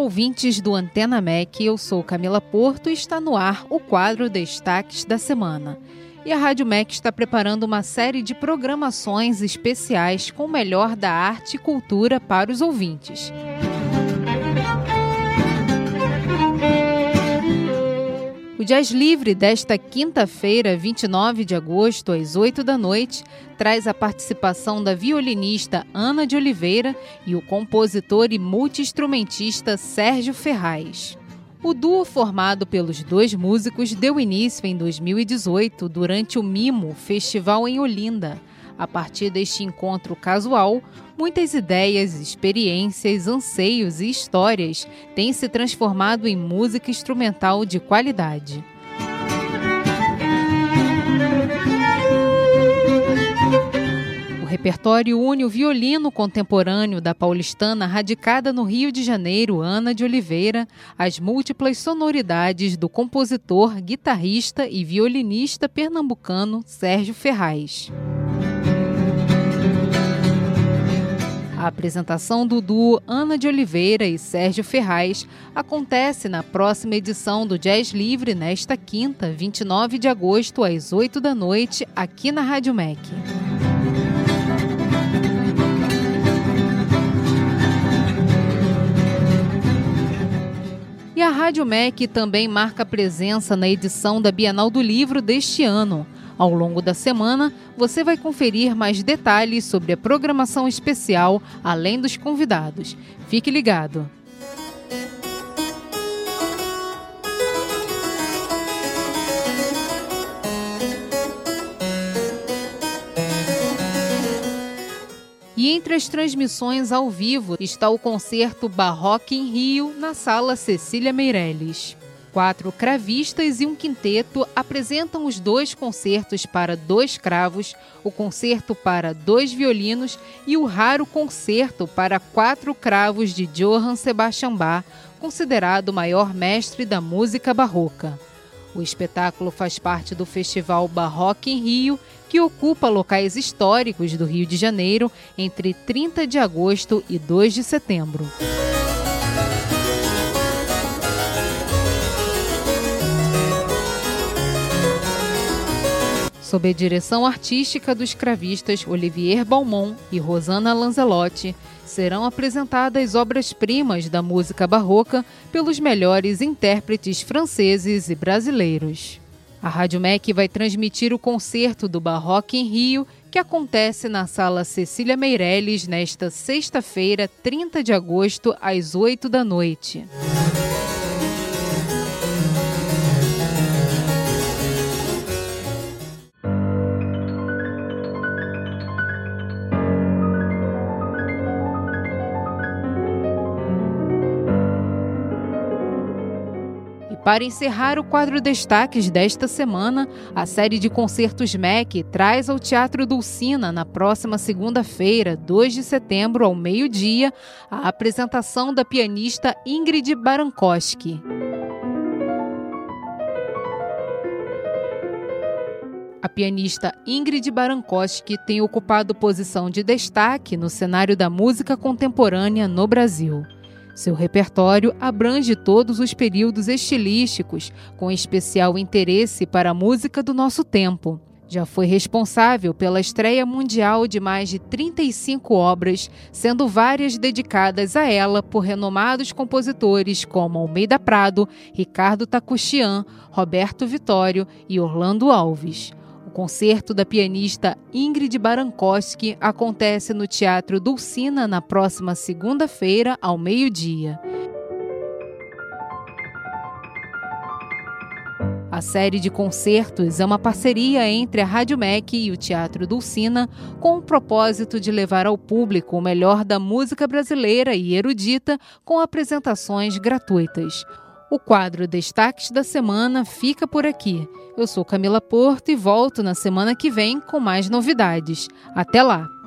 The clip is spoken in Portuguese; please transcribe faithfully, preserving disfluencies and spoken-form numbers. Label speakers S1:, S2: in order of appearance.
S1: ouvintes do Antena M E C, eu sou Camila Porto e está no ar o quadro Destaques da Semana. E a Rádio M E C está preparando uma série de programações especiais com o melhor da arte e cultura para os ouvintes. O Jazz Livre desta quinta-feira, vinte e nove de agosto, às oito da noite, traz a participação da violinista Ana de Oliveira e o compositor e multi-instrumentista Sérgio Ferraz. O duo formado pelos dois músicos deu início em dois mil e dezoito, durante o Mimo Festival em Olinda. A partir deste encontro casual, muitas ideias, experiências, anseios e histórias têm se transformado em música instrumental de qualidade. O repertório une o violino contemporâneo da paulistana radicada no Rio de Janeiro, Ana de Oliveira, as múltiplas sonoridades do compositor, guitarrista e violinista pernambucano Sérgio Ferraz. A apresentação do duo Ana de Oliveira e Sérgio Ferraz acontece na próxima edição do Jazz Livre, nesta quinta, vinte e nove de agosto, às oito da noite, aqui na Rádio M E C. E a Rádio M E C também marca presença na edição da Bienal do Livro deste ano. Ao longo da semana, você vai conferir mais detalhes sobre a programação especial, além dos convidados. Fique ligado! E entre as transmissões ao vivo está o concerto Barroque em Rio, na Sala Cecília Meirelles. Quatro cravistas e um quinteto apresentam os dois concertos para dois cravos, o concerto para dois violinos e o raro concerto para quatro cravos de Johann Sebastian Bach, considerado o maior mestre da música barroca. O espetáculo faz parte do Festival Barroque em Rio, que ocupa locais históricos do Rio de Janeiro entre trinta de agosto e dois de setembro. Sob a direção artística dos cravistas Olivier Balmont e Rosana Lanzelotti, serão apresentadas obras-primas da música barroca pelos melhores intérpretes franceses e brasileiros. A Rádio M E C vai transmitir o concerto do Barroque em Rio, que acontece na Sala Cecília Meirelles nesta sexta-feira, trinta de agosto, às oito da noite. Para encerrar o quadro Destaques desta semana, a série de concertos M E C traz ao Teatro Dulcina, na próxima segunda-feira, dois de setembro, ao meio-dia, a apresentação da pianista Ingrid Barankowski. A pianista Ingrid Barankowski tem ocupado posição de destaque no cenário da música contemporânea no Brasil. Seu repertório abrange todos os períodos estilísticos, com especial interesse para a música do nosso tempo. Já foi responsável pela estreia mundial de mais de trinta e cinco obras, sendo várias dedicadas a ela por renomados compositores como Almeida Prado, Ricardo Takuchian, Roberto Vitório e Orlando Alves. O concerto da pianista Ingrid Barankowski acontece no Teatro Dulcina na próxima segunda-feira, ao meio-dia. A série de concertos é uma parceria entre a Rádio M E C e o Teatro Dulcina, com o propósito de levar ao público o melhor da música brasileira e erudita, com apresentações gratuitas. O quadro Destaques da Semana fica por aqui. Eu sou Camila Porto e volto na semana que vem com mais novidades. Até lá!